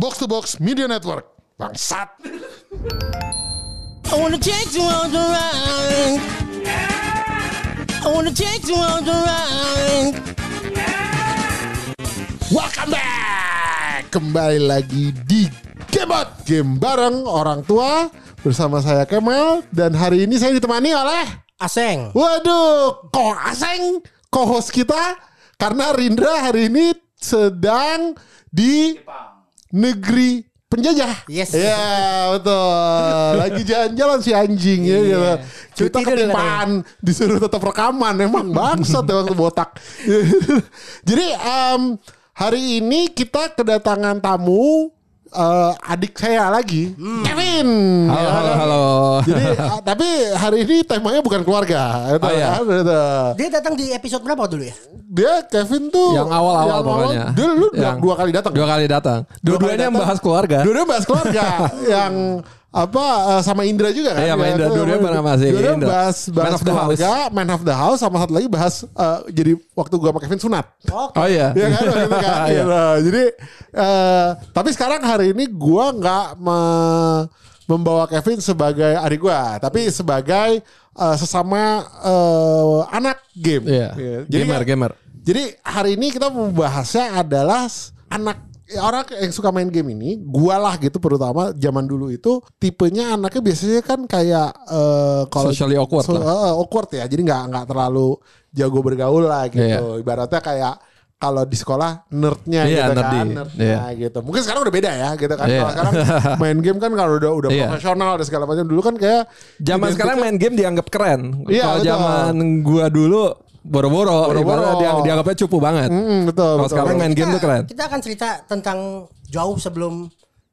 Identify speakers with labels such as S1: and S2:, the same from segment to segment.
S1: Box to Box Media Network. Bangsat.
S2: I wanna take you on the ride. I wanna take you on the ride.
S1: Welcome back. Kembali lagi di Gamebot, game bareng orang tua. Bersama saya Kemal. Dan hari ini saya ditemani oleh
S2: Aseng.
S1: Waduh, kok Aseng co-host kita. Karena Rindra hari ini sedang di negeri penjajah.
S2: Yes.
S1: Ya betul. Lagi jalan-jalan si anjing ya gitu. Kita
S2: Cuti
S1: ke
S2: dulu
S1: depan disuruh tetap rekaman. Emang bangsat ya waktu botak. Jadi hari ini kita kedatangan tamu adik saya lagi, Kevin.
S3: Halo.
S1: Jadi tapi hari ini temanya bukan keluarga. Itu,
S3: iya.
S1: Dia
S2: Dia datang di episode berapa dulu ya?
S1: Kevin tuh
S3: Yang awal-awal pokoknya.
S1: Dia lu
S3: Yang
S1: dua kali datang.
S3: Dua kali datang. Dua-duanya bahas keluarga.
S1: Dua-duanya bahas keluarga. Yang sama Indra juga kan?
S3: Iya, sama Indra. Dua-duanya bareng sama si
S1: Dua-duanya
S3: Indra.
S1: bahas
S3: Man of the
S1: keluarga, Man of the House, sama satu lagi bahas jadi waktu gua sama Kevin sunat.
S3: Oh iya.
S1: Iya kan, gitu kan.
S3: Iya.
S1: Gitu. Jadi tapi sekarang hari ini gua nggak membawa Kevin sebagai adik gua, tapi sebagai sesama anak game.
S3: Iya.
S1: Jadi
S3: Gamer.
S1: Jadi hari ini kita membahasnya adalah anak orang yang suka main game ini, gua lah gitu, terutama zaman dulu itu tipenya anaknya biasanya kan kayak kalau
S3: Socially awkward lah.
S1: awkward ya, jadi nggak terlalu jago bergaul lah gitu.
S3: Iya.
S1: Ibaratnya kayak kalau di sekolah nerdnya
S3: Iya,
S1: gitu
S3: nerdy.
S1: kan, nerdnya gitu. Mungkin sekarang udah beda ya gitu kan.
S3: Iya.
S1: Kalau sekarang main game kan kalau udah
S3: Iya.
S1: profesional dan segala macam, dulu kan kayak
S3: Zaman sekarang main game dianggap keren.
S1: Iya,
S3: Kalau
S1: betul.
S3: zaman gua dulu boro-boro. Ibaratnya dianggapnya cupu banget.
S1: betul.
S3: Kalau sekarang main game tuh keren.
S2: Kita akan cerita tentang jauh sebelum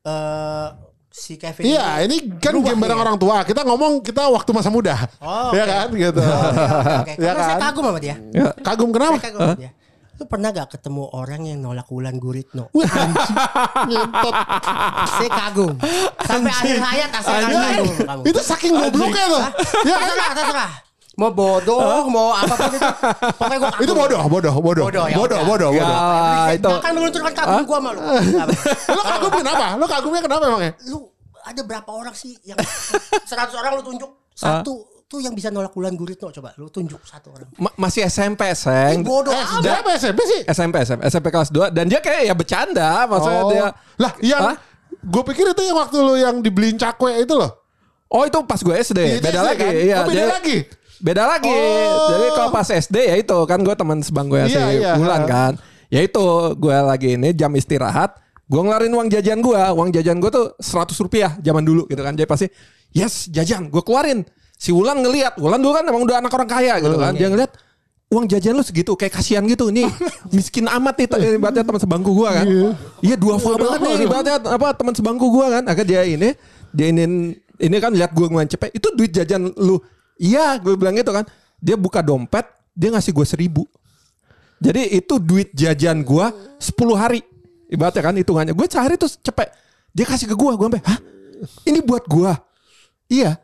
S2: si Kevin.
S1: Iya, ini kan
S2: berubah
S1: game bareng
S2: ya.
S1: orang tua. Kita ngomong kita waktu masa muda.
S2: Oh,
S1: ya
S2: oke.
S1: kan gitu.
S2: Oke.
S1: Ya
S2: Karena saya
S1: kan?
S2: kagum sama dia.
S1: Kagum kenapa?
S2: Saya kagum sama dia. Lu pernah gak ketemu orang yang nolak Wulan Guritno?
S1: Wah, anjing. Ngentot.
S2: Saya kagum. Sampai akhir hayat saya
S1: Anjing.
S2: kagum sama kamu.
S1: Itu saking gobloknya tuh. Ya kan?
S2: Terserah. Mau bodoh, mau apapun itu. Pokoknya gue kagum.
S1: Itu bodoh.
S2: Bodoh, ya udah.
S3: Ya, itu.
S2: Jangan menunjukkan kagum gue sama lu.
S1: Lo kagum kenapa? Lo kagumnya kenapa emangnya?
S2: Lu ada berapa orang sih yang 100 orang lu tunjuk satu tuh yang bisa nolak Wulan Guritno, coba lu tunjuk satu orang.
S3: Masih SMP, Seng.
S2: Bodoh
S1: Berapa SMP sih?
S3: SMP kelas 2. Dan dia kayak ya bercanda. Maksudnya dia.
S1: Lah, yang
S3: Hah?
S1: gue pikir itu yang waktu lo yang dibeliin cakwe itu loh.
S3: Oh itu pas gue SD.
S1: Iya,
S3: Beda
S1: SD
S3: lagi.
S1: kan?
S3: Iya,
S1: Oh, beda
S3: dia-
S1: lagi.
S3: Beda lagi.
S1: Oh.
S3: Jadi kalau pas SD ya itu kan gue teman sebangku ya si
S1: Iya.
S3: Wulan kan. Ya itu gue lagi ini jam istirahat. Gue ngeluarin uang jajan gue. Uang jajan gue tuh 100 rupiah zaman dulu gitu kan. Jadi pasti yes jajan gue keluarin. Si Wulan ngelihat. Wulan dulu kan emang udah anak orang kaya gitu kan. Dia ngelihat uang jajan lu segitu kayak kasihan gitu. Nih miskin amat nih ibaratnya teman sebangku gue kan. Iya duafa banget nih ibaratnya teman sebangku gue kan. Akhirnya dia ini kan lihat gue ngelancepet. Itu duit jajan lu. Iya gue bilang gitu kan. Dia buka dompet. Dia ngasih gue 1.000. Jadi itu duit jajan gue 10 hari. Ibaratnya kan hitungannya. Gue sehari tuh cepet. Dia kasih ke gue. Gue sampai hah? Ini buat gue? Iya.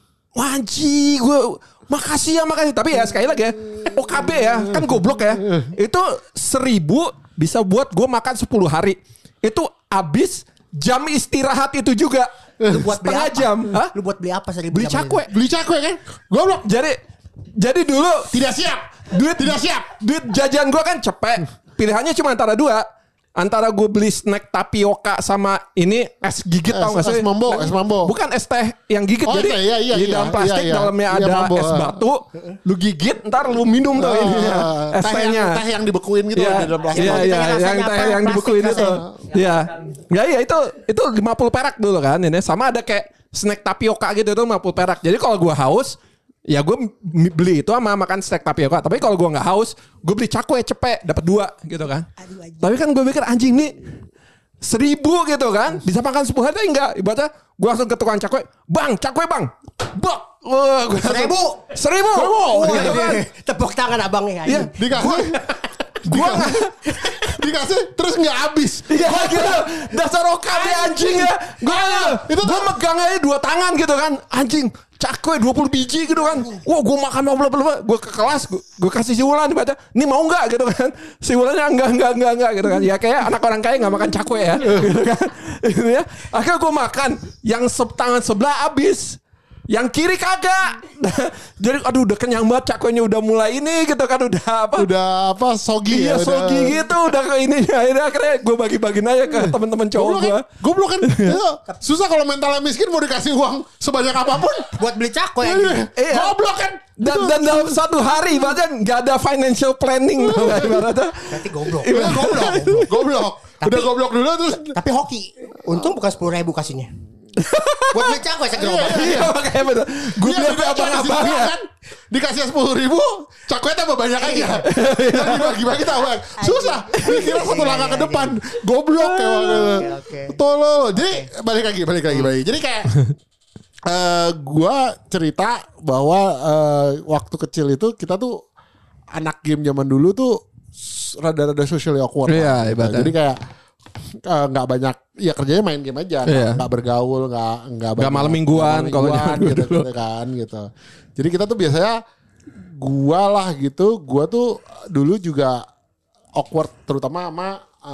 S3: Wajib gue. Makasih. Tapi ya sekali lagi ya. OKB ya. Kan goblok ya. Itu 1.000 bisa buat gue makan 10 hari. Itu habis jam istirahat itu juga.
S2: Lu buat beli
S3: setengah
S2: apa?
S3: jam. Hah?
S2: Lu buat beli apa 1.000
S3: Beli
S2: jam
S3: cakwe.
S1: Beli cakwe kan? Goblok.
S3: Jadi dulu
S1: Tidak siap.
S3: duit
S1: Tidak siap.
S3: Duit jajan gue kan cepet. Pilihannya cuma antara dua. Antara gue beli snack tapioka sama ini es gigit tau gak sih?
S1: Es mambo.
S3: Bukan es teh yang gigit.
S1: Oh,
S3: Jadi
S1: iya,
S3: di dalam plastik
S1: iya.
S3: dalamnya
S1: Iya,
S3: ada
S1: mambo.
S3: es batu. Lu gigit ntar lu minum tuh ininya. Es tehnya.
S1: Teh yang dibekuin gitu
S3: Iya,
S1: di dalam plastik.
S3: iya,
S2: Rasanya
S3: yang
S2: apa?
S3: teh yang dibekuin
S2: Plastik
S3: itu.
S2: rasanya.
S3: Iya. Ya itu 50 perak dulu kan ini. Sama ada kayak snack tapioka gitu itu 50 perak. Jadi kalau gua haus ya gue beli itu sama makan snack tapioka. Tapi kalau gue nggak haus, gue beli cakwe cepet dapat 2 gitu kan. Tapi kan gue pikir anjing nih 1.000 gitu kan, bisa makan 10 hari tapi enggak. Ibaratnya gue langsung ke tukang cakwe, bang cakwe bang, bak, gue
S2: 1.000.
S3: 1.000,
S2: Wah,
S3: gitu kan.
S2: tepuk tangan abangnya.
S3: Iya,
S1: Dikasih.
S3: Gua nggak
S1: dikasih terus nggak habis.
S3: Iya gitu. Dasar OKB anjing ya. Gue megang aja 2 tangan gitu kan. Anjing. Cakwe 20 biji gitu kan. Wah gue makan bla. Gue ke kelas. Gue kasih si Wulan dibaca. Ini mau nggak gitu kan. Si Wulannya enggak gitu kan. Ya kayak anak orang kaya nggak makan cakwe ya. Gitu kan. Gitu ya. Akhirnya gue makan. Yang tangan sebelah habis. Yang kiri kagak. Jadi aduh udah kenyang banget, cakwenya udah mulai ini gitu kan, udah apa sogi
S1: ya.
S3: Iya sogi gitu udah ke ini. Akhirnya gue bagi-bagiin aja ke teman-teman cowok gue.
S1: Goblok kan. Susah kalau mentalnya miskin mau dikasih uang sebanyak apapun
S2: buat beli cakwe.
S3: Iya.
S1: Goblok kan.
S3: Dan dalam satu hari bahkan nggak ada financial planning.
S2: Berarti goblok.
S1: Goblok. Udah goblok dulu terus.
S2: Tapi hoki. Untung bukan 10.000 kasihnya. Buat beli cakwe segerobak.
S3: Iya makanya betul. Gue beli abang-abang ya.
S1: Kan dikasih 10.000, cakwe tambah banyak aja. Dan dibagi-bagi tahu kan. Susah. Dikira satu langkah ke depan. Goblok kayak tolol. Jadi balik lagi. Jadi kayak gua cerita bahwa waktu kecil itu kita tuh anak game zaman dulu tuh rada-rada socially awkward.
S3: Iya, ibaratnya.
S1: Jadi kayak nggak banyak ya kerjanya main game aja, nggak bergaul, nggak
S3: malam mingguan kalau
S1: gitu kan gitu. Jadi kita tuh biasanya gua tuh dulu juga awkward terutama sama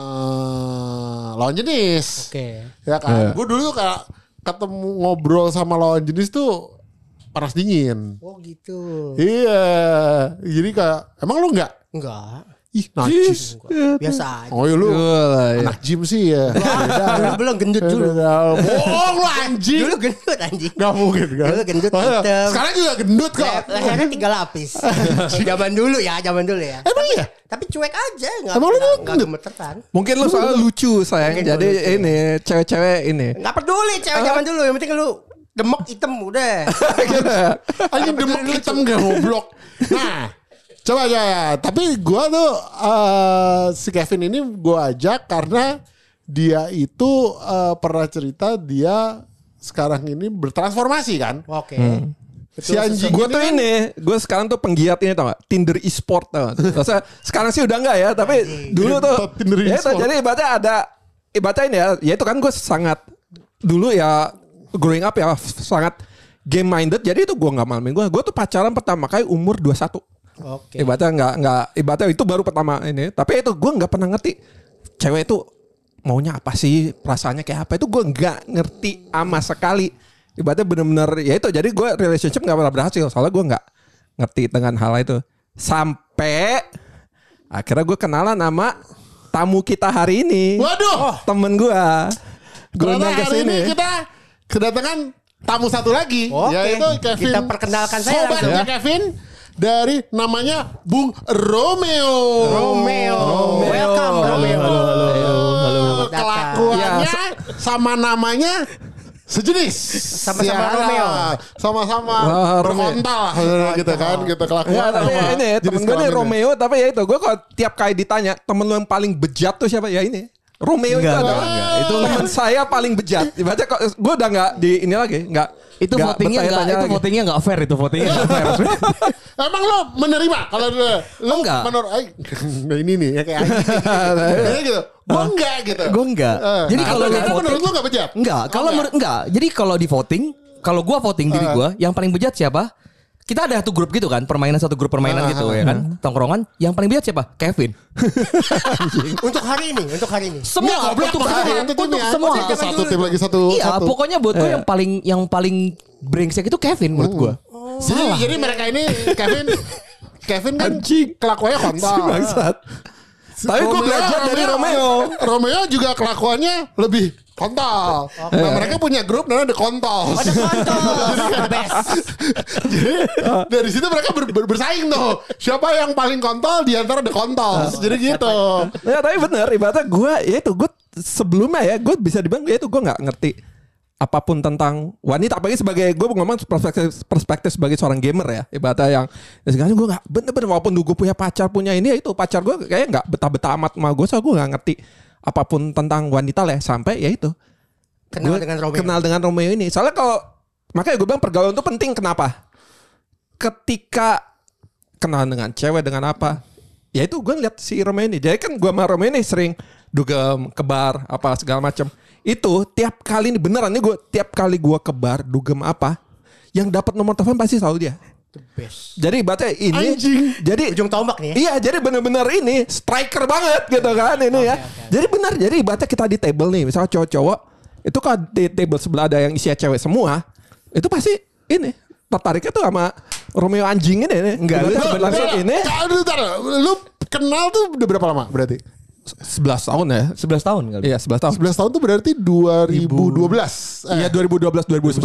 S1: lawan jenis.
S2: Oke.
S1: Ya kan. Gua dulu tuh kayak ketemu ngobrol sama lawan jenis tuh panas dingin.
S2: Oh gitu.
S1: Iya. Jadi kayak emang lu nggak?
S2: Enggak.
S1: Ih, najis.
S2: Biasa aja.
S1: Oh iya lu anak gym sih ya.
S2: Belum gendut dulu.
S1: Bohong lu anjing.
S2: Dulu gendut anjing.
S1: Gak mungkin kan.
S2: Dulu gendut hitam.
S1: Sekarang juga gendut kok.
S2: Lehernya 3 lapis. Zaman dulu ya.
S1: Emang iya?
S2: Tapi cuek aja.
S1: Emang lu
S2: Gak gemeteran.
S3: Mungkin lu soalnya lucu sayang. Jadi ini cewek-cewek ini.
S2: Gak peduli cewek zaman dulu. Yang penting lu demok hitam udah.
S1: Anjing demok hitam gak goblok. Nah. Coba aja. Tapi gue tuh si Kevin ini gue ajak karena dia itu pernah cerita dia sekarang ini bertransformasi kan.
S2: Oke.
S1: Si anjing
S3: Gue tuh ini, gue sekarang tuh penggiat ini tau gak? Tinder e-sport tau gak? Maksudnya sekarang sih udah enggak ya, tapi dulu tuh
S1: Tinder
S3: ya itu,
S1: e-sport.
S3: jadi ibaratnya ini ya itu kan gue sangat dulu ya growing up ya sangat game minded. Jadi itu gue nggak maluin gue tuh pacaran pertama kali umur 21.
S2: Oke.
S3: Ibaratnya ibaratnya itu baru pertama ini. Tapi itu gue nggak pernah ngerti cewek itu maunya apa sih, perasaannya kayak apa, itu gue nggak ngerti sama sekali. Ibaratnya bener-bener ya itu. Jadi gue relationship nggak pernah berhasil soalnya gue nggak ngerti dengan hal itu. Sampai akhirnya gue kenalan sama tamu kita hari ini.
S1: Waduh.
S3: Temen gue. Gue undang ke
S1: hari
S3: sini.
S1: ini kita kedatangan tamu satu lagi.
S2: Oke.
S1: Yaitu Kevin.
S2: Kita perkenalkan saya
S1: Sobatnya
S2: langsung.
S1: Kevin. Dari namanya Bung Romeo.
S2: Welcome Romeo.
S3: Halo.
S1: Kelakuannya sama namanya sejenis.
S2: Sama-sama Romeo.
S1: Sama-sama
S3: Romeo.
S1: berkontal lah gitu kan. Gitu kelakuan.
S3: Ya, tapi
S1: sama
S3: ini
S1: jenis
S3: temen gue nih
S1: kelaminnya.
S3: Romeo. Tapi ya itu gue kalau tiap kali ditanya temen lu yang paling bejat tuh siapa, ya ini Romeo.
S4: Enggak,
S3: itu adalah
S4: enggak. Itu
S3: teman saya paling bejat. Ibaratnya kok gue udah nggak di ini lagi, nggak.
S4: Itu
S3: nggak
S4: votingnya
S3: bertanya-tanya
S4: enggak, itu
S3: lagi.
S4: votingnya enggak fair, itu votingnya enggak fair.
S1: Emang lo menerima kalau lo
S4: Enggak.
S1: menurut ini nih ya kayak anjing. Kayak gitu. Gue enggak gitu.
S4: Gue enggak. Jadi kalau lu
S1: karena
S4: voting
S1: menurut lo enggak bejat?
S4: enggak, kalau enggak. Jadi kalau di voting, kalau gua voting diri gua, yang paling bejat siapa? Kita ada satu grup gitu kan, satu grup permainan gitu ya kan, tongkrongan. Yang paling bejat siapa? Kevin.
S2: Untuk hari ini.
S4: Semua
S1: Goblok,
S4: untuk
S1: maksudnya
S4: untuk
S1: tim ya.
S4: semua.
S1: Satu tim lagi satu.
S4: Iya, pokoknya buat gua yang paling brengsek itu Kevin menurut gua.
S1: Jadi mereka ini Kevin kan
S3: Anjing.
S1: kelakuannya kontol.
S3: Bangsat. Tapi gue belajar dari Romeo.
S1: Romeo juga kelakuannya lebih kontol. Nah, mereka punya grup namanya The Kontol.
S2: Ada kontol. Best.
S1: Jadi dari situ mereka bersaing tuh. Siapa yang paling kontol di antara The Kontol. Jadi gitu.
S3: Ya tapi bener, ibaratnya gue ya itu gue sebelumnya ya gue bisa dibilang ya itu gue nggak ngerti apapun tentang wanita, apalagi sebagai gue ngomong perspektif sebagai seorang gamer ya, ibaratnya yang ya sekarang gue nggak bener-bener walaupun dulu gue punya pacar punya ini ya itu pacar gue kayaknya nggak betah-betah amat sama gue, soalnya gue nggak ngerti apapun tentang wanita lah ya, sampai ya itu
S2: Kenal
S3: Gua
S2: dengan Romeo.
S3: kenal dengan Romeo ini, soalnya kalau makanya gue bilang pergaulan itu penting. Kenapa? Ketika kenal dengan cewek dengan apa, ya itu gue lihat si Romeo ini. Jadi kan gue sama Romeo ini sering dugem, ke bar, apa segala macam. Itu tiap kali ini beneran nih gue tiap kali gue ke bar, dugem apa, yang dapat nomor telepon pasti selalu dia.
S2: The best.
S3: Jadi ibaratnya ini, jadi
S2: Ujung tombak nih.
S3: iya, jadi bener-bener ini striker banget gitu kan ini ya. Jadi benar, jadi ibaratnya kita di table nih, misalnya cowok-cowok itu kan di table sebelah ada yang isinya cewek semua, itu pasti ini tertariknya tuh sama Romeo anjing ini. Enggak, lu langsung ini.
S1: Lu kenal tuh udah berapa lama berarti?
S3: 11 tahun ya.
S4: 11 tahun kali.
S3: Iya, 11 tahun.
S1: 11 tahun tuh berarti 2012.
S3: Iya, 2012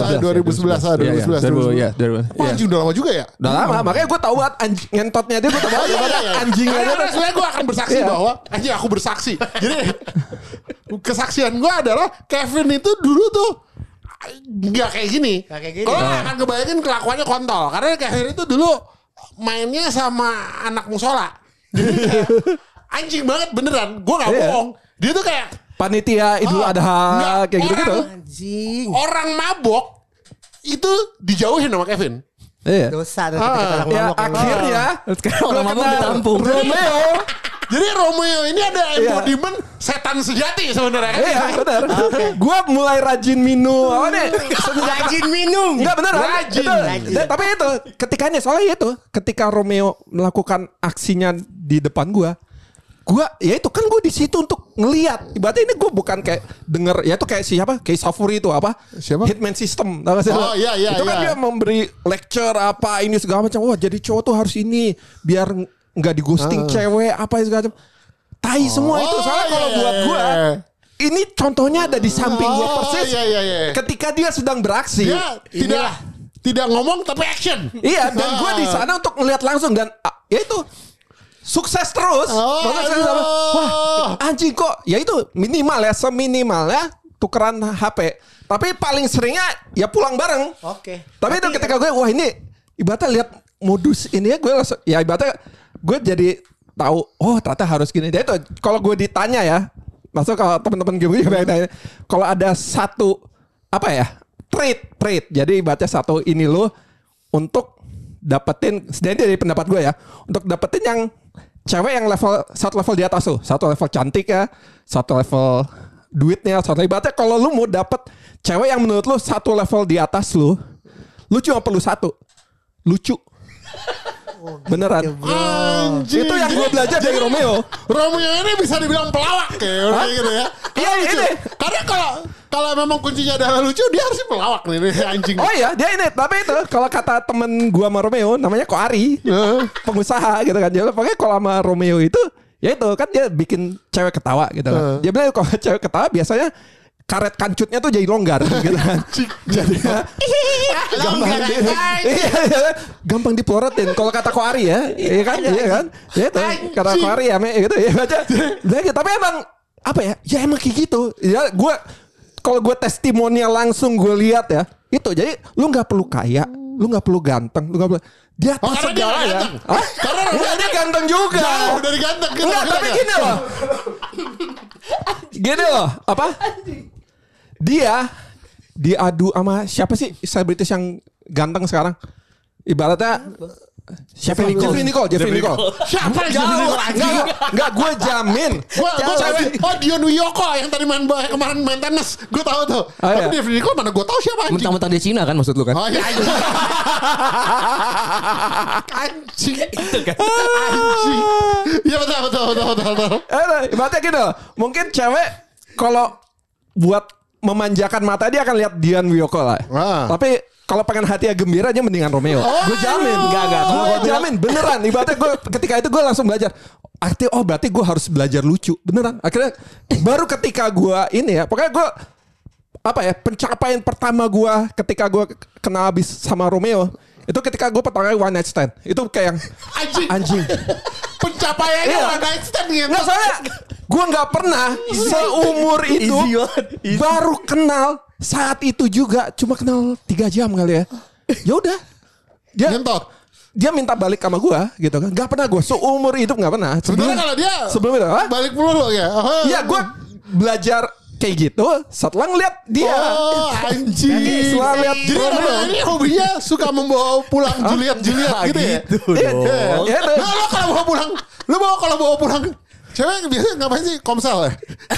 S3: 2011.
S1: 2011.
S3: Iya,
S1: Wah, anjing udah lama juga ya?
S3: udah lama, makanya gue tahu banget ngentotnya dia, gue tahu banget daripada anjingnya dia.
S1: Sebenarnya gue akan bersaksi bahwa anjing aku bersaksi. Jadi kesaksian gue adalah Kevin itu dulu tuh nggak kayak gini.
S2: Nggak kayak gini.
S1: Kalau akan kebayangin kelakuannya kontol, karena Kevin itu dulu mainnya sama anak musola. Jadi kayak anjing banget beneran. Gue nggak bohong. Dia tuh kayak
S3: Panitia Idul Adha kayak gitu-gitu.
S2: Anjing.
S1: orang mabok itu dijauhin sama Kevin.
S3: Iya.
S2: Dosa tuh kita orang
S3: Ya
S2: mabok.
S3: akhirnya
S4: Sekarang orang mabuk ditampung.
S3: Romeo.
S1: Jadi Romeo ini ada embodiment setan sejati sebenarnya.
S3: Iya benar. Gue mulai rajin minum. Apa nih?
S2: Rajin minum.
S3: Enggak bener.
S1: Rajin.
S3: Tapi itu ketikanya soalnya itu ketika Romeo melakukan aksinya di depan gue ya itu kan gue di situ untuk ngelihat. Ibaratnya ini gue bukan kayak denger, ya itu kayak siapa? Kayak Safuri itu apa?
S1: Siapa?
S3: Hitman System. Tahu gak sih?
S1: Oh, iya,
S3: Itu kan dia memberi lecture apa ini segala macam. Wah jadi cowok tuh harus ini biar nggak di ghosting cewek apa segala macam. Tai semua itu. Soalnya kalau buat gue ini contohnya ada di samping gue persis.
S1: Iya.
S3: Ketika dia sedang beraksi.
S1: Dia tidak ngomong tapi action.
S3: Iya, dan gue di sana untuk ngelihat langsung dan ya itu sukses terus. Maksudnya sama, wah anjing kok. Ya itu minimal ya, seminimalnya tukeran HP. Tapi paling seringnya ya pulang bareng.
S2: Oke.
S3: Tapi itu ketika gue wah ini ibaratnya lihat modus ini ya gue langsung ya ibaratnya gue jadi tahu oh ternyata harus gini. Jadi itu kalau gue ditanya ya, maksud kalau teman-teman gue juga tanya, kalau ada satu apa ya trait. Jadi ibaratnya satu ini lo untuk dapetin, sebenarnya dari pendapat gue ya, untuk dapetin yang cewek yang satu level di atas tuh, satu level cantik ya, satu level duitnya, satu ibaratnya kalau lu mau dapet cewek yang menurut lu satu level di atas lu cuma perlu satu, lucu. Beneran.
S1: Anjing.
S3: Itu yang gue belajar dari Romeo.
S1: Romeo ini bisa dibilang pelawak kayak gitu ya.
S3: Iya ini.
S1: Karena kalau memang kuncinya adalah lucu, dia harusnya pelawak nih anjing.
S3: Oh iya dia ini. Tapi itu kalau kata temen gue sama Romeo namanya Ko Ari, pengusaha gitu kan. Jadi pokoknya kalau sama Romeo itu ya itu kan dia bikin cewek ketawa gitu kan. Dia bilang kalau cewek ketawa biasanya karet kancutnya tuh jadi longgar gitu kan. Jadi gampang dipelorotin. Kalau kata Ko Ari ya, iya kan? Ya itu kata Ko Ari ya, gitu ya baca. Tapi emang apa ya? Ya emang kayak gitu. Ya gue kalau gue testimonial langsung gue lihat ya, itu jadi lu nggak perlu kaya, lu nggak perlu ganteng, lu nggak perlu dia atas segala ya. Karena dia ganteng juga.
S1: Jauh dari ganteng gitu.
S3: Enggak, tapi gini loh, apa? Dia diadu sama siapa sih selebritis yang ganteng sekarang? Ibaratnya Jeffrey Nicole.
S1: Siapa Jeffrey Nicole?
S3: Enggak, gue jamin.
S1: Gue Dion Wiyoko yang tadi kemarin main tenis. Gue tahu tuh. Tapi Jeffrey Nicole mana gue tahu siapa anjing.
S4: Mentang-mentang dia Cina kan maksud lu kan?
S1: Oh iya anjing.
S4: Itu kan.
S1: Anjing. Iya betul.
S3: Ibaratnya gitu. Mungkin cewek kalau buat memanjakan mata dia akan lihat Dion Wiyoko lah. Tapi kalau pengen hatinya gembira aja mendingan Romeo. Gue jamin. Enggak. Gue jamin beneran. Ibaratnya gue ketika itu gue langsung belajar. Berarti gue harus belajar lucu. Beneran. Akhirnya baru ketika gue ini ya. Pokoknya gue pencapaian pertama gue ketika gue kenal habis sama Romeo. Itu ketika gue pertama kali one night stand. Itu kayak yang anjing.
S1: Pencapaiannya one night stand gitu.
S3: Nggak soalnya gue nggak pernah seumur itu baru kenal saat itu juga cuma kenal 3 jam kali ya. Ya udah. Dia minta balik sama gue gitu kan. Gak pernah gue seumur hidup gak pernah.
S1: Sebenarnya kalau dia
S3: sebelum itu
S1: balik mulu ya.
S3: Iya gue belajar kayak gitu setelah ngeliat dia.
S1: Oh anjing.
S3: Setelah lihat
S1: Jadi ini hobinya suka membawa pulang Juliet gitu ya?
S4: Gitu
S3: Iya,
S4: dong.
S3: iya,
S1: Nah, lo kalau bawa pulang cewek biasanya ngapain sih? Komsel ya?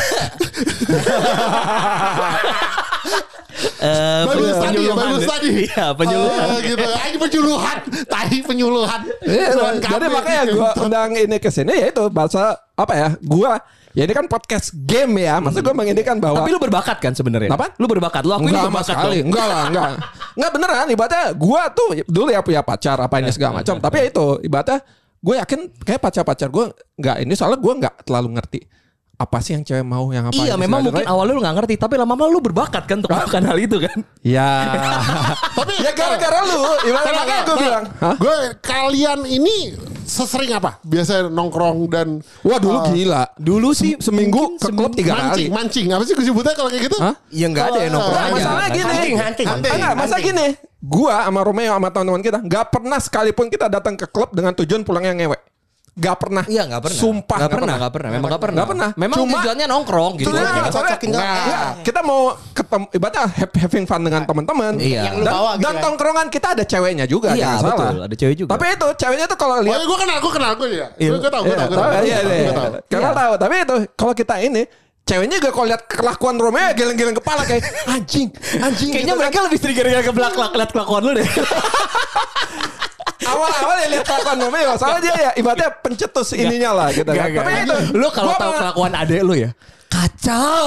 S1: Bible study.
S4: Iya, penyuluhan.
S1: Gitu. Ini penyuluhan. Tahi penyuluhan.
S3: Iya,
S1: Tuhan
S3: jadi
S1: kami.
S3: makanya gue undang ini ke sini ya itu bahasa apa ya? Ya ini kan podcast game ya. Maksud gue mengindikan bahwa
S4: Tapi lu berbakat kan sebenarnya?
S3: Apa?
S4: Lu berbakat. Lu akuin
S3: enggak
S4: lu
S3: sama
S4: berbakat
S3: sekali.
S4: dong.
S3: Enggak lah, enggak. Enggak beneran. Ibaratnya gue tuh dulu ya punya pacar apa ini segala macam. Tapi ya itu ibaratnya gue yakin kayak pacar-pacar gue enggak ini soalnya gue enggak terlalu ngerti apa sih yang cewek mau yang apa.
S4: Iya,
S3: ini
S4: memang
S3: segala
S4: mungkin
S3: macam.
S4: awalnya lu gak ngerti, tapi lama-lama lu berbakat kan untuk melakukan hal itu kan?
S3: Ya. Tapi ya gara-gara lu. Ibaratnya makanya gue bilang. Hah?
S1: Gue kalian ini sesering apa? Biasa nongkrong dan
S3: Wah dulu gila.
S4: Dulu sih
S3: Seminggu ke klub 3 kali.
S1: mancing. Apa sih gue sebutnya kalau kayak gitu?
S3: Hah?
S4: Ya enggak ada ya nongkrong
S3: Nah,
S4: aja.
S3: masalahnya gini.
S2: Hunting.
S3: Enggak, masa gini. Gua sama Romeo sama teman-teman kita nggak pernah sekalipun kita datang ke klub dengan tujuan pulangnya ngewek. Gak pernah.
S4: Iya nggak pernah.
S3: Sumpah
S4: nggak pernah. Memang nggak pernah.
S3: Nggak pernah.
S4: Memang
S3: Cuma-
S4: tujuannya nongkrong gitu.
S3: Tujuannya
S4: aja.
S3: nongkrong.
S2: Cocokin doang.
S3: Iya, kita mau ketemu ibaratnya having fun dengan teman-teman.
S4: Iya.
S2: Yang lu
S3: Dan,
S2: bawa gitu
S3: dan
S2: kan.
S3: tongkrongan kita ada ceweknya juga.
S4: Iya
S3: jangan salah.
S4: betul. Ada cewek juga.
S3: Tapi itu ceweknya tuh ceweknya
S1: Oh
S3: lihat.
S1: ya gue kenal ya.
S4: Iya.
S1: Gue tahu.
S3: Iya, tahu. Karena tahu. Tapi itu kalau kita ini ceweknya juga kalau lihat kelakuan Romeo ya geleng-geleng kepala kayak anjing.
S4: Kayaknya
S3: gitu kan.
S4: mereka lebih trigger ke belakang lihat kelakuan lu deh.
S3: Awal-awal ya lihat kelakuan Romeo, soalnya dia ya ibaratnya pencetus ininya lah gitu kan. Tapi itu
S4: Lu kalau
S3: gua
S4: tahu
S3: pernah-
S4: kelakuan adek lu ya, kacau.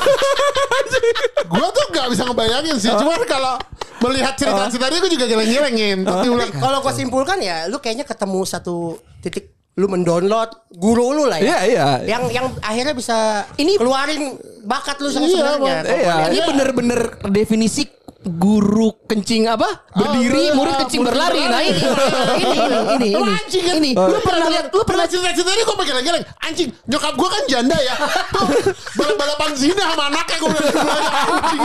S1: Gue tuh gak bisa ngebayangin sih. Cuman kalau melihat cerita-cerita dia gue juga geleng-gelengin. Tapi ulang.
S2: Kalau gue simpulkan ya, lu kayaknya ketemu satu titik lu mendownload guru lu lah ya.
S3: Iya.
S2: Yang akhirnya bisa ini keluarin bakat lu sebenarnya.
S1: Bang.
S3: Iya.
S4: Ini bener-bener definisi guru kencing apa? Berdiri, murid kencing berlari. Nah ini.
S1: Lu anjing kan?
S4: Ini. Lu pernah lihat? Lu pernah
S1: cerita-cerita ini gue pengen geleng. Anjing, nyokap gue kan janda ya. Tuh, balap-balapan zina sama anaknya gue bilang anjing.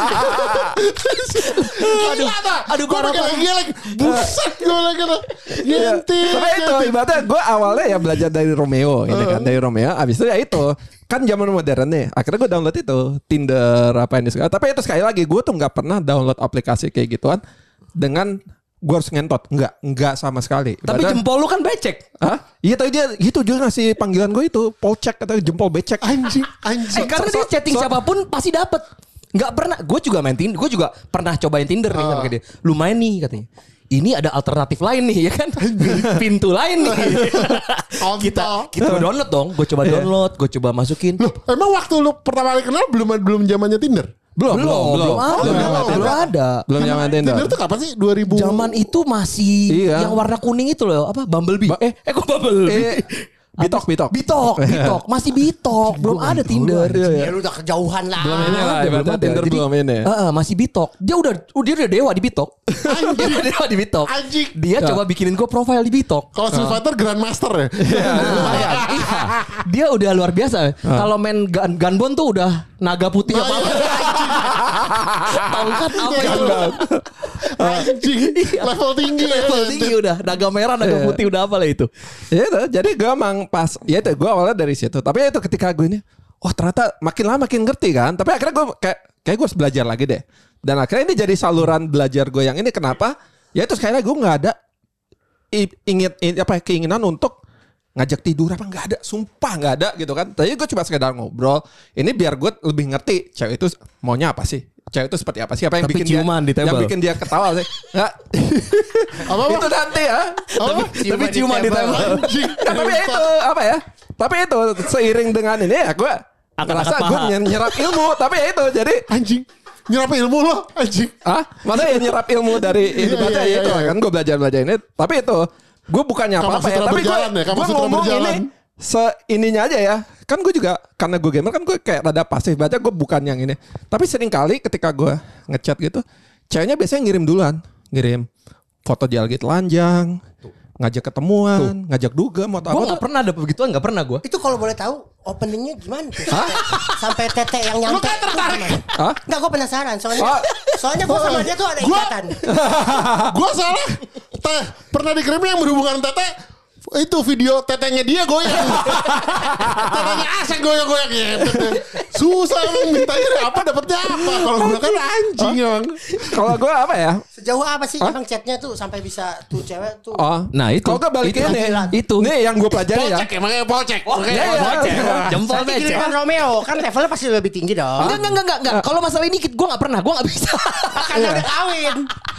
S4: Aduh,
S1: gue
S4: parah,
S1: pengen geleng. Buset gue lagi. Nyentil.
S3: Tapi itu ibaratnya gue awalnya ya belajar dari Romeo ini kan dari Romeo. Abis itu ya itu kan zaman modern nih. Akhirnya gue download itu Tinder apa ini segala. Tapi itu sekali lagi gue tuh nggak pernah download aplikasi kayak gituan dengan gue harus ngentot. Nggak sama sekali.
S4: Tapi jempol lu kan becek.
S3: Hah? Iya tadi dia gitu juga ngasih panggilan gue itu polcek atau jempol becek.
S1: Anjing.
S4: Karena dia chatting siapapun pasti dapet. Nggak pernah. Gue juga main Tinder. Gue juga pernah cobain Tinder nih sama dia. Lu main nih katanya. Ini ada alternatif lain nih ya kan. Pintu lain nih. kita download dong. Gue coba download. Gue coba masukin.
S1: Loh, emang waktu lu pertama kali kenal belum zamannya Tinder?
S3: Belum
S4: ada.
S3: Belum zaman Tinder.
S1: Tinder tuh kapan sih? 2000.
S4: Zaman itu masih
S3: Iya.
S4: yang warna kuning itu loh, apa? Bumblebee. Kok Bumblebee?
S3: Bitok.
S4: Bitok, masih Bitok, belum ada Tinder.
S2: Ya lu udah kejauhan lah.
S3: Belum ini lah,
S4: Belum
S3: ibaratnya
S4: ada.
S3: Tinder
S4: Jadi,
S3: belum ini.
S4: masih Bitok. Dia udah dewa di Bitok. Dia udah dewa di Bitok.
S1: Anjing.
S4: Dia coba bikinin gue profile di Bitok.
S1: Kalau Street Fighter Grandmaster ya?
S4: Iya. Dia udah luar biasa. Kalau main gunbon tuh udah naga putih apa apa. Tongkat apa itu?
S1: Anjing. Level tinggi ya.
S4: Level tinggi udah. Naga merah, naga putih udah apa lah itu.
S3: Ya itu, jadi gue emang pas, ya itu gue awalnya dari situ. Tapi itu ketika gue ini, oh ternyata makin lama makin ngerti kan. Tapi akhirnya gue kayak gue harus belajar lagi deh. Dan akhirnya ini jadi saluran belajar gue yang ini. Kenapa? Ya itu sekali lagi gue nggak ada keinginan untuk ngajak tidur apa nggak ada, sumpah nggak ada gitu kan. Tadi gue cuma sekedar ngobrol. Ini biar gue lebih ngerti cewek itu maunya apa sih. Cewek itu seperti apa sih? Apa yang
S4: Tapi
S3: bikin
S4: ciuman di table.
S3: yang bikin dia ketawa sih? Nggak.
S1: Apa?
S3: Itu nanti ya.
S4: Tapi ciuman di table.
S3: Ya, tapi ya itu apa ya? Tapi itu seiring dengan ini ya gue ngerasa
S4: paha.
S3: gue nyerap ilmu. Tapi ya itu jadi
S1: Anjing. Nyerap ilmu lo. Anjing.
S3: maksudnya ya nyerap ilmu dari ini baca ya itu kan gue belajar ini. Tapi itu gue bukannya apa-apa ya.
S1: Kamasutra
S3: Tapi
S1: berjalan ya,
S3: gue
S1: Kamasutra
S3: ngomong
S1: berjalan.
S3: ini seininya aja ya. Kan gue juga karena gue gamer kan gue kayak rada pasif baca gue bukan yang ini. Tapi sering kali ketika gue ngechat gitu, ceweknya biasanya ngirim duluan, ngirim foto dia lagi telanjang, ngajak ketemuan, ngajak duga, mau
S4: Gue
S3: apa.
S4: gak pernah ada begituan, gak pernah gue.
S2: Itu kalau boleh tahu openingnya gimana tuh? Sampai tete yang nyampe.
S1: Lu kayak tertarik.
S3: Hah?
S2: Enggak, gue penasaran.
S3: Oh.
S2: Soalnya gue sama dia tuh ada ikatan.
S1: Gue salah. Pernah dikirim yang berhubungan tete. Itu video tetenya dia goyang. Tetenya Aseng goyang-goyang gitu. Susah emang minta apa dapetnya apa. Kalau gue kan anjing emang.
S3: Kalau gue apa ya?
S2: Sejauh apa sih emang chatnya tuh sampai bisa tuh cewek tuh?
S4: Nah itu.
S3: Kalau gue balikin nih.
S4: Itu.
S3: Nih yang gue pelajari ya.
S1: Pocek emangnya pocek.
S3: Iya, iya.
S4: Jempol
S2: Tapi
S4: becek.
S2: giliran Romeo kan levelnya pasti lebih tinggi dong.
S4: Enggak. Kalau masalah ini gue nggak pernah, gue nggak bisa.
S2: Karena udah kawin.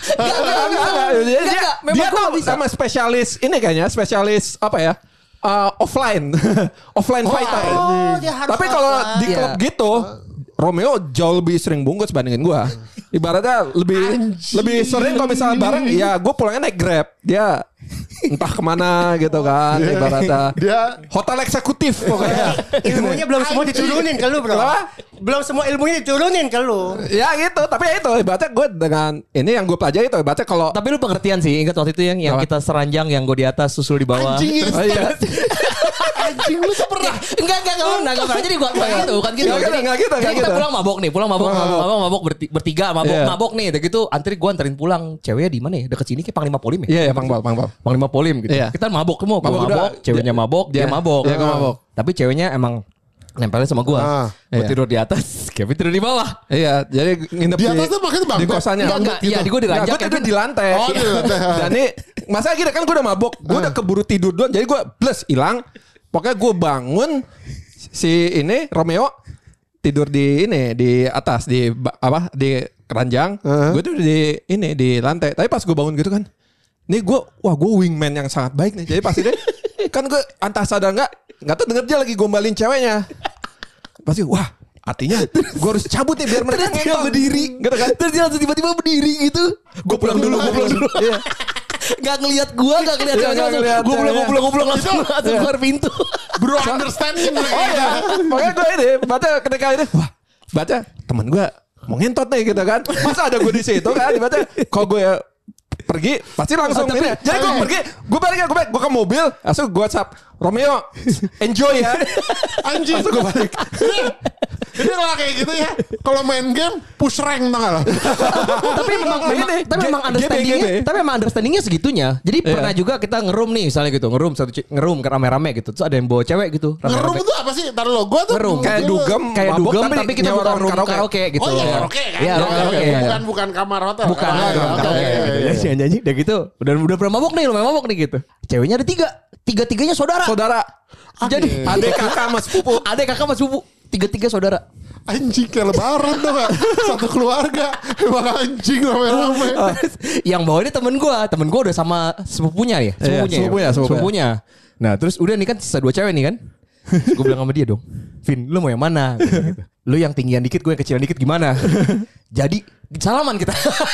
S3: Dia
S4: Memang gue
S3: tuh
S4: nggak bisa.
S3: sama spesialis ini kayaknya spesialis apa ya? Offline fighter.
S2: Oh, dia harus
S3: Tapi kalau di
S4: Iya.
S3: klub gitu, Romeo jauh lebih sering bungkus bandingin gua. Ibaratnya lebih sering kalau misalnya bareng, ya gue pulangnya naik Grab. Dia entah kemana gitu kan, ibaratnya.
S1: Dia
S3: hotel eksekutif pokoknya.
S2: Ilmunya belum semua diturunin ke lu, bro.
S3: Kenapa?
S2: Belum semua ilmunya diturunin ke lu.
S3: Ya gitu, tapi ya itu ibaratnya gue dengan ini yang gue pelajari itu ibaratnya kalau
S4: Tapi lu pengertian sih, ingat waktu itu yang
S3: Apa?
S4: kita seranjang, yang gue di atas, susul di bawah.
S1: anjing
S3: Oh, iya.
S1: anjing lu tuh pernah.
S4: Enggak pernah. Jadi gua gitu, kan gitu.
S3: Enggak gitu.
S4: Jadi kita pulang mabok mabok bertiga
S3: Iya.
S4: mabok nih, udah gitu gua anterin pulang. Ceweknya di mana ya? Dekat sini kayak Panglima Polim ya?
S3: Iya ya Pangbal.
S4: Panglima Polim gitu.
S3: Iya.
S4: Kita mabok semua, gua
S3: Mabok
S4: mabok,
S3: udah.
S4: ceweknya mabok, dia mabok.
S3: Iya, gua mabok.
S4: Tapi ceweknya emang nempelnya sama gua. Gua
S3: Iya.
S4: tidur di atas, Kevin tidur di bawah.
S3: Iya, jadi nginep
S1: Di atas tuh maksudnya bangku.
S3: di kosannya.
S4: Enggak, iya, di gua di ranjang,
S3: Gue tidur
S4: Kevin.
S3: di lantai.
S1: Oh, di lantai.
S3: Dan ini masa gini kan gue udah mabok, gue udah keburu tidur duluan, jadi gue bless hilang. Pokoknya gue bangun si ini Romeo tidur di ini di atas di di keranjang. Gue tuh di lantai. Tapi pas gue bangun gitu kan, nih gue wingman yang sangat baik nih. Jadi pas ini kan gue antah sadar nggak tuh denger dia lagi gombalin ceweknya. Pasti artinya gue harus cabut nih biar mereka
S4: Terus dia
S3: ngentot.
S4: berdiri
S3: Gitu kan.
S4: Terus dia langsung tiba-tiba berdiri gitu. Gue pulang dulu.
S3: Iya.
S4: Gak ngeliat gua, gak ngeliat
S3: Iya,
S4: ceweknya,
S3: nggak
S4: langsung
S3: ngeliat
S4: gue
S3: ceweknya.
S4: pulang langsung keluar pintu.
S1: Bro understanding.
S3: Oh iya. Makanya gue ini baca ketika ini baca teman gue mau ngentot nih gitu kan. Masa ada gue di situ kan. Baca kalau gue pergi pasti langsung ini. Jadi gue pergi, gue balik gue ke mobil, langsung gue WhatsApp Romeo, enjoy ya.
S1: Anjing.
S3: Langsung gue balik.
S1: Ini kalau kayak gitu ya. Kalau main game push rank tau gak lo?
S4: Tapi memang
S3: Ini,
S4: understandingnya,
S3: GB.
S4: tapi memang understandingnya segitunya. Jadi pernah juga kita ngerum nih, misalnya gitu, ngerum rame-rame gitu. Terus ada yang bawa cewek gitu,
S1: Ngerum
S4: rame-rame.
S1: itu apa sih? Taruh lo, gue tuh
S4: Ngerum.
S3: Kayak dugem,
S4: Kayak
S3: mabuk,
S4: dugem tapi kita
S3: nyewa
S4: bukan
S3: ruang
S4: room karaoke gitu.
S1: Oh iya karaoke kan?
S4: Iya, ruang karaoke.
S1: Bukan kamar hotel.
S4: Bukan,
S1: Oh,
S4: ruang
S1: oke,
S4: karaoke
S1: oke,
S4: gitu.
S1: oke.
S4: Jadi nyanyi udah gitu. Udah pernah mabok nih gitu. Ceweknya ada 3. Tiga-tiganya saudara. Jadi
S3: Adek kakak sama sepupu.
S4: Adek kakak sama sepupu. 3 saudara.
S1: Anjing kayak lebaran tuh gak? Satu keluarga. Emang anjing rame-rame.
S4: Yang bawa ini temen gue udah sama sepupunya ya.
S3: Iya,
S4: Sepupunya.
S3: sepupunya.
S4: Nah terus udah nih kan sisa 2 cewek nih kan. Gue bilang sama dia dong, Vin, lu mau yang mana? Gitu. Lu yang tinggian dikit, gue yang kecilan dikit gimana? Jadi salaman kita.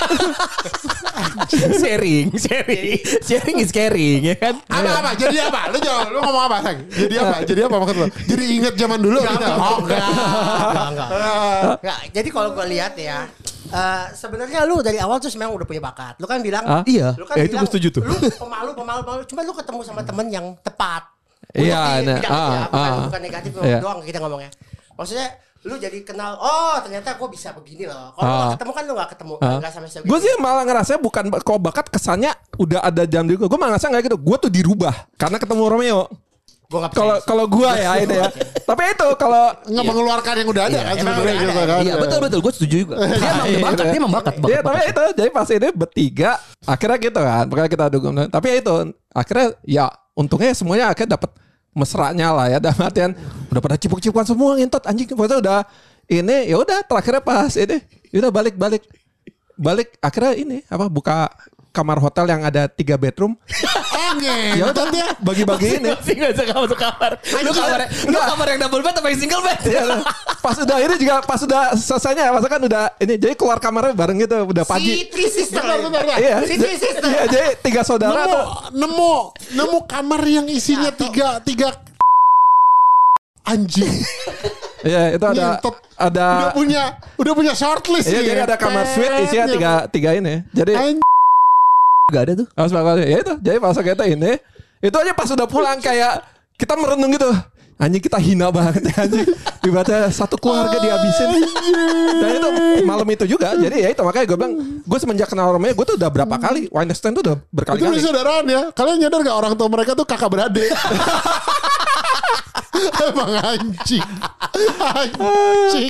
S4: sharing is caring ya kan?
S1: Apa? Jadi apa? Lu jawab. Lu ngomong apa, Sang? Jadi apa maksud lu? Jadi inget zaman dulu gitu? Oh enggak.
S2: Enggak. Jadi kalau gue lihat ya, sebenarnya lu dari awal tuh memang udah punya bakat. Lu kan bilang,
S4: Iya.
S2: Lu kan
S4: Ya, itu
S2: bilang,
S4: gue setuju tuh.
S2: Lu pemalu. Cuma lu ketemu sama temen yang tepat.
S3: Iya,
S2: Untuk di
S3: nah,
S2: bidang itu ya, bukan negatif
S3: iya.
S2: doang kita ngomongnya. Maksudnya lu jadi kenal, oh ternyata gue bisa begini loh. Kalau lu gak ketemu kan lu gak ketemu, gak sama sekali.
S3: Gue sih malah ngerasa bukan kalau bakat kesannya udah ada jam di gue. Gue malah ngerasa nggak gitu. Gue tuh dirubah karena ketemu Romeo.
S2: Gue gak percaya.
S3: Kalau gue ya itu ya. Tapi itu kalau
S1: Nggak mengeluarkan yang udah ada kan
S2: emang
S1: sebenarnya
S2: udah
S1: gitu
S2: ada.
S1: kan.
S4: Iya betul gue setuju juga. Dia emang bakat.
S3: Iya tapi itu jadi pas ini bertiga akhirnya gitu kan. Makanya kita dukung. Tapi ya itu akhirnya ya untungnya semuanya akhirnya dapat mesranya lah ya. Dalam artian udah pada cipuk-cipukan semua ngentot anjing. Pokoknya udah ini ya udah terakhirnya pas ini udah balik akhirnya ini apa buka kamar hotel yang ada 3 bedroom. Ya udah dia bagi-bagi ini.
S4: Gak usah masuk kamar. Lu kamar yang double bed apa yang single bed?
S3: Iya, pas udah ini juga pas udah selesainya masa kan udah ini jadi keluar kamarnya bareng gitu udah pagi.
S2: Si Three Sister.
S3: Iya.
S2: Si Three Sister.
S3: Iya, jadi 3 saudara tuh.
S1: Nemu kamar yang isinya tiga anjing.
S3: Iya, itu
S1: Ngentot.
S3: ada
S1: Udah punya shortlist.
S3: iya,
S1: nih.
S3: jadi ada kamar suite isinya tiga ini. Jadi
S4: Gak ada tuh.
S3: harus bakal ya itu. Jadi pas kita ini itu aja pas udah pulang kayak kita merenung gitu. Anjing kita hina banget ya anjing. Ibaratnya satu keluarga dihabisin. Dan itu malam itu juga. Jadi ya itu makanya gue bilang, gue semenjak kenal Romeo, gue tuh udah berapa kali Weinstein tuh udah
S1: Itu
S3: berkali-kali.
S1: saudaraan ya. Kalian nyadar gak orang tua mereka tuh kakak beradik? Emang anjing. Anjing.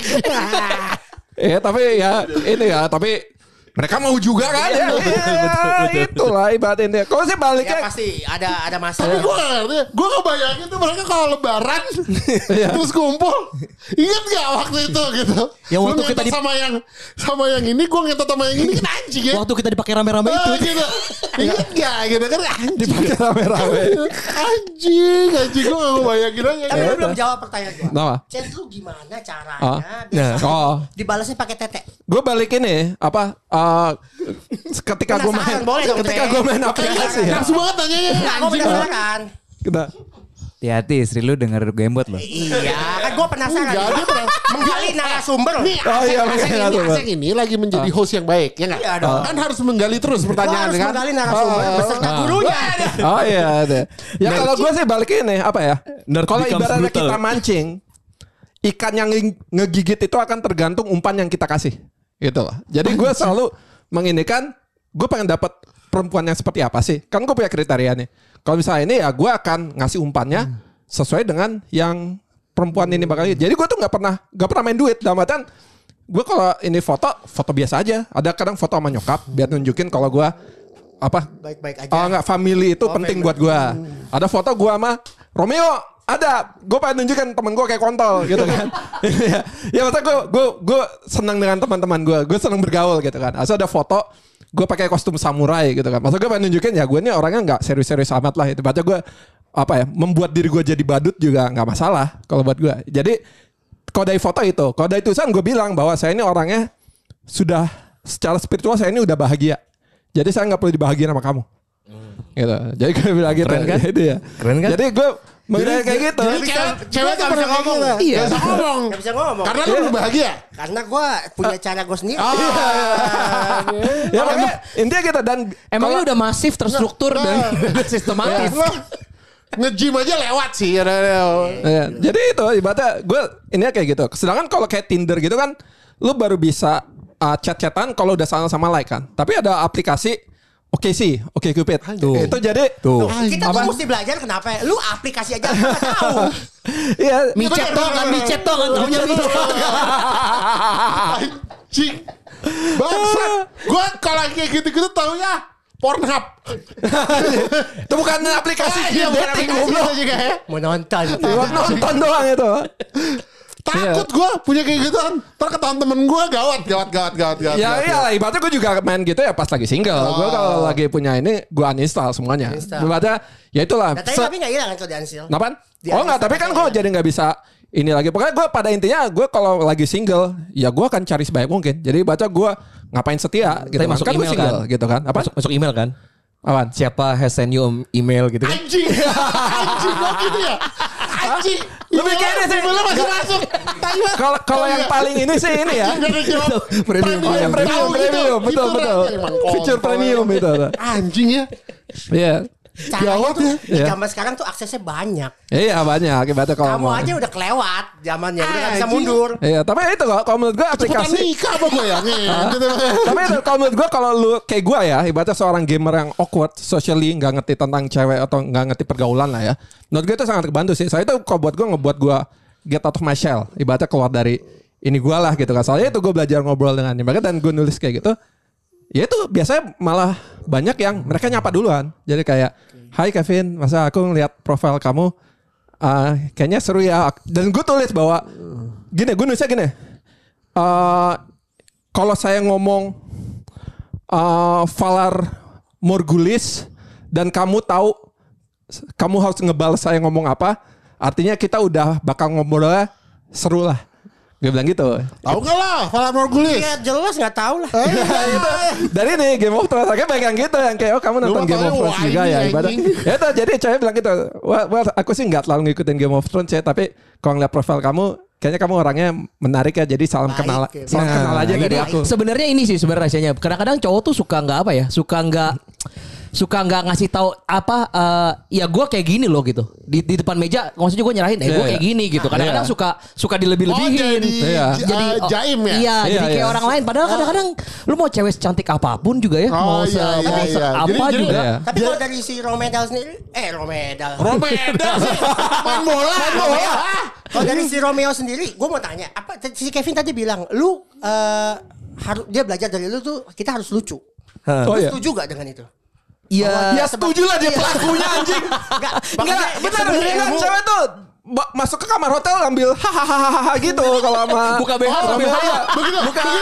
S3: Ya tapi ya ini ya, tapi mereka mau juga kan ya. Itulah ibaratnya. Kalau sih
S2: Ya
S3: baliknya
S2: pasti ada
S1: Tapi
S2: masalah.
S1: gue gak ngerti. Gue kebayangin tuh mereka kalau lebaran terus kumpul. Ingat gak waktu itu gitu?
S4: Yang waktu
S1: Lu
S4: kita
S1: ngentot sama yang ini, gue ngentot sama yang ini kan anjing ya.
S4: Waktu kita dipakai rame-rame itu.
S1: Gitu. Ingat gak gitu kan anjing.
S3: dipakai rame-rame.
S1: Anjing gue gak kebayangin aja.
S2: Tapi lu belum jawab pertanyaan gua.
S3: Kenapa?
S2: Chat lu gimana caranya?
S3: Nah, oh,
S2: Dibalasnya pakai tete.
S3: gue balik ini apa? Ketika gue main,
S2: Penasaran, boleh dong,
S3: ketika
S2: Teh.
S3: gue main aplikasi ya.
S1: Nafsu banget nanyanya.
S2: Enggak, gua
S1: Anjing.
S2: penasaran.
S3: Kita,
S5: Hati-hati istri lu denger gamebot loh.
S2: Iya, kan gua penasaran.
S1: Enggak, dia pernah
S2: Menggali narasumber.
S1: Nih,
S3: Oh, iya,
S1: Aseng
S3: makanya
S1: ini lagi menjadi host yang baik, ya nggak?
S2: Iya dong.
S1: Kan harus menggali terus
S2: Gua
S1: pertanyaan,
S2: harus
S1: kan?
S2: menggali narasumber beserta gurunya.
S3: oh iya ada. Ya kalau gue sih balik ini apa ya?
S5: Nerd
S3: Kalau
S5: becomes
S3: ibaratnya
S5: brutal.
S3: kita mancing, ikan yang ngegigit itu akan tergantung umpan yang kita kasih. Gitu loh. Jadi gue selalu menginikan, gue pengen dapat perempuan yang seperti apa sih? Kan gue punya kriteria nih. Kalau misalnya ini ya gue akan ngasih umpannya sesuai dengan yang perempuan ini bakal. Jadi gue tuh nggak pernah main duit. Dalam artian gue kalau ini foto biasa aja. Ada kadang foto sama nyokap biar nunjukin kalau gue apa
S2: Baik-baik aja.
S3: Oh enggak, family itu penting buat gue. Ada foto gue sama Romeo, ada. Gue pengen nunjukin temen gue kayak kontol gitu kan. Ya maksudnya gue senang dengan teman-teman gue. Gue senang bergaul gitu kan. Asal ada foto gue pakai kostum samurai gitu kan. Maksudnya gue pengen nunjukin ya gue ini orangnya nggak serius-serius amat lah. Itu baca gue apa ya, membuat diri gue jadi badut juga nggak masalah kalau buat gue. Jadi kalau dari foto itu, kalau dari tulisan gue bilang bahwa saya ini orangnya sudah secara spiritual saya ini udah bahagia. Jadi saya nggak perlu dibahagiain sama kamu. Gitu. Jadi gue bilang gitu.
S5: Keren kan?
S3: Itu ya.
S5: Keren kan?
S3: Jadi gue mengenai kayak gitu.
S1: Jadi cewek
S2: gak bisa ngomong.
S1: Iya. Gak bisa ngomong.
S2: Gak bisa ngomong.
S1: Karena lu bahagia.
S2: Karena gua punya cara gua sendiri.
S3: Ya makanya intinya gitu dan
S4: Emang ini udah masif, terstruktur dan sistematis.
S1: Lo nge-gym aja lewat sih.
S3: ya, jadi itu ibaratnya gue ini kayak gitu. Sedangkan kalau kayak Tinder gitu kan, lu baru bisa chat-chatan kalau udah sama-sama like kan. Tapi ada aplikasi Oke sih, Oke Cupid. Itu jadi
S5: Tuh.
S2: Kita tuh mesti belajar kenapa ya? Lu aplikasi aja nggak tahu.
S3: Iya,
S4: Micet dong kan, micet dong kan. Taunya micet.
S1: Anjing. Bangsat. Gue kalau kayak gitu-gitu taunya Pornhub.
S3: itu bukan aplikasi
S1: Iya, bukan
S3: dating
S1: aplikasi
S3: goblok.
S1: itu juga ya.
S2: Mau nonton.
S3: Buat nonton doang itu.
S1: Takut gue punya kayak gituan. Ntar ketahuan temen gue gawat.
S3: Ya iyalah, ibaratnya gue juga main gitu ya pas lagi single. Gue kalau lagi punya ini gue uninstall semuanya. Ibaratnya ya itulah.
S2: Datanya tapi nggak hilang kan kalau di-uninstall.
S3: Kenapa?
S2: Di
S3: Oh enggak, tapi kan gue jadi nggak bisa ini lagi. Pokoknya gue pada intinya gue kalau lagi single, ya gue akan cari sebanyak mungkin. Jadi baca gue ngapain setia gitu.
S4: Tapi masuk
S3: kan gue
S4: email
S3: single
S4: kan?
S3: gitu kan. Apa?
S4: Masuk email kan?
S3: Apaan?
S4: Siapa has send you email gitu kan?
S1: Anjing. Anjing kok gitu ya. Anjing.
S3: Lebih kayaknya sih.
S1: Emailnya masih masuk.
S3: Kalau yang paling ini sih ini ya.
S1: Premium.
S3: Oh ya premium, betul. Feature premium itu.
S1: Anjing ya.
S3: Iya.
S2: Caranya
S1: Gawat
S2: tuh
S1: ya.
S2: di
S3: Iya.
S2: zaman sekarang tuh aksesnya banyak.
S3: Iya banyak ibaratnya kalau
S2: Kamu
S3: mau.
S2: aja udah kelewat zamannya, udah nggak bisa
S1: Anjing.
S2: mundur.
S3: Iya, tapi itu kok kalau menurut gue
S1: Cepetan
S3: aplikasi.
S1: nikah apa gue ya? Nih, gitu.
S3: Tapi itu kalau menurut gue kalau lu kayak gue ya, ibaratnya seorang gamer yang awkward, socially nggak ngerti tentang cewek atau nggak ngerti pergaulan lah ya. Menurut gue itu sangat kebantu sih. Saya itu kalau buat gue ngebuat gue get out of my shell, ibaratnya keluar dari ini gue lah gitu kan. Soalnya itu gue belajar ngobrol dengan mereka dan gue nulis kayak gitu. Ya itu biasanya malah banyak yang mereka nyapa duluan. Jadi kayak, hai Kevin, masa aku ngeliat profil kamu, kayaknya seru ya. Dan gue tulis bahwa gini, gue nulisnya gini. Kalau saya ngomong Valar Morghulis dan kamu tahu kamu harus ngebalas saya ngomong apa, artinya kita udah bakal ngobrolnya seru lah. Gue bilang gitu.
S1: Tahu nggak lah, Valar Morghulis.
S2: Ya jelas nggak tahu lah.
S3: Dari ini Game of Thrones akhirnya banyak yang gitu yang kayak oh kamu nonton
S1: Lu
S3: Game of
S1: makanya,
S3: Thrones
S1: wah,
S3: juga
S1: ini
S3: ya ibadah.
S1: anjing.
S3: Ya itu jadi cewek bilang gitu. Wah, aku sih nggak terlalu ngikutin Game of Thrones ya, tapi kalau ngeliat profil kamu kayaknya kamu orangnya menarik ya, jadi salam
S2: Baik,
S3: kenal
S2: ya.
S3: salam kenal aja dari aku.
S4: Sebenarnya ini sih sebenarnya rahasianya. Kadang-kadang cowok tuh suka nggak apa ya? Suka suka nggak ngasih tahu apa ya gue kayak gini loh gitu di depan meja maksudnya gue nyerahin gue kayak gini gitu kadang-kadang suka dilebih-lebihin
S1: jadi jaim ya.
S4: Iya jadi kayak orang lain padahal kadang-kadang lu mau cewek secantik apapun juga ya mau apa juga.
S2: Tapi kalau dari si Romedal sendiri
S1: Romedal sih main bola.
S2: Kalau dari si Romeo sendiri gue mau tanya apa si Kevin tadi bilang lu harus dia belajar dari lu tuh kita harus lucu. Lu setuju gak dengan itu?
S4: Iya.
S3: Ya setuju lah dia pelakunya anjing. Enggak, benar. Cewek tuh masuk ke kamar hotel ambil hahaha gitu kalau sama
S4: buka BH sambil
S1: begitu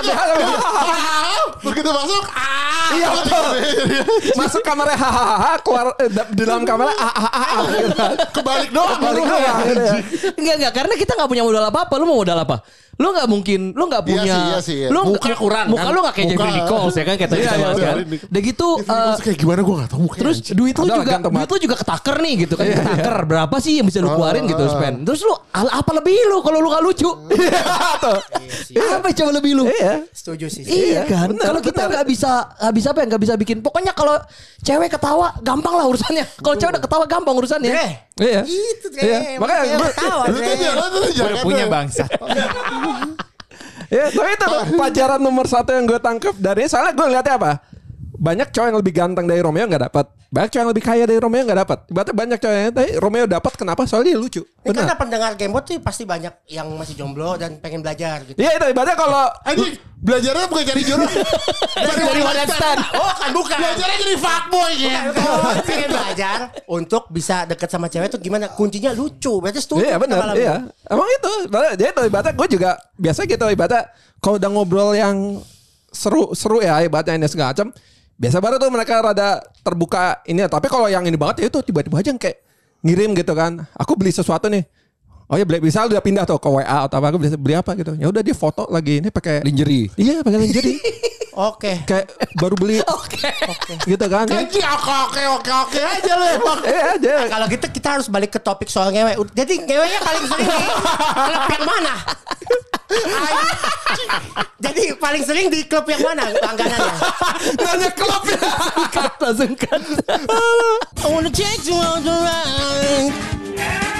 S1: begitu masuk
S3: iya betul masuk kamarnya hahaha keluar di dalam kamarnya
S1: kebalik doang
S4: enggak karena kita nggak punya modal apa lu mau modal apa lu nggak mungkin lu nggak punya
S1: iya.
S4: lu
S1: muka kurang
S4: muka lu nggak kayak Jeffrey Nichols ya kan kayak tadi kita bahas kan udah gitu
S1: kayak gimana gue nggak tahu mukanya
S4: terus duit lu juga ketaker nih gitu kan ketaker berapa sih yang bisa lu keluarin gitu spend terus lu apa lebih lu kalau lu nggak lucu apa coba lebih lu
S2: setuju sih
S4: iya kan kalau kita nggak bisa apa ya nggak bisa bikin pokoknya kalau cewek ketawa gampang lah urusannya kalau cewek udah ketawa gampang urusannya
S3: iya
S2: itu
S3: makanya gue
S2: ketawa
S5: Udah punya bangsa.
S3: Ya tapi itu pelajaran nomor 1 yang gue tangkap dari soalnya gue ngeliatnya apa banyak cowok yang lebih ganteng dari Romeo nggak dapat banyak cowok yang lebih kaya dari Romeo nggak dapat berarti banyak cowok yang tapi Romeo dapat kenapa soalnya dia lucu
S2: karena pendengar Gamebot tuh pasti banyak yang masih jomblo dan pengen belajar gitu
S3: iya itu ibaratnya kalau
S1: belajarnya bukan cari jodoh
S2: dari one night stand bukan
S1: belajarnya jadi fuckboy gitu
S2: pengen belajar untuk bisa deket sama cewek tuh gimana kuncinya lucu berarti setuju
S3: iya benar iya emang itu jadi itu ibaratnya gue juga biasa gitu ibaratnya kalau udah ngobrol yang seru ya ibaratnya ini segala macam biasa baru tuh mereka rada terbuka ini tapi kalau yang ini banget ya itu tiba-tiba aja kayak ngirim gitu kan aku beli sesuatu nih oh ya bisa udah pindah tuh ke WA atau apa aku beli apa gitu ya udah dia foto lagi ini pakai
S4: lingerie
S3: iya pakai lingerie
S2: Oke.
S3: Kayak baru beli.
S4: Oke.
S3: Gitu kan.
S1: Oke aja lu emang.
S3: Aja.
S2: Kalau gitu kita harus balik ke topik soal ngewe. Jadi ngewenya paling sering di klub yang mana? Jadi paling sering di klub yang mana langganannya?
S3: Nanya klub ya.
S4: Langsung kan.
S2: I wanna take you on the ride.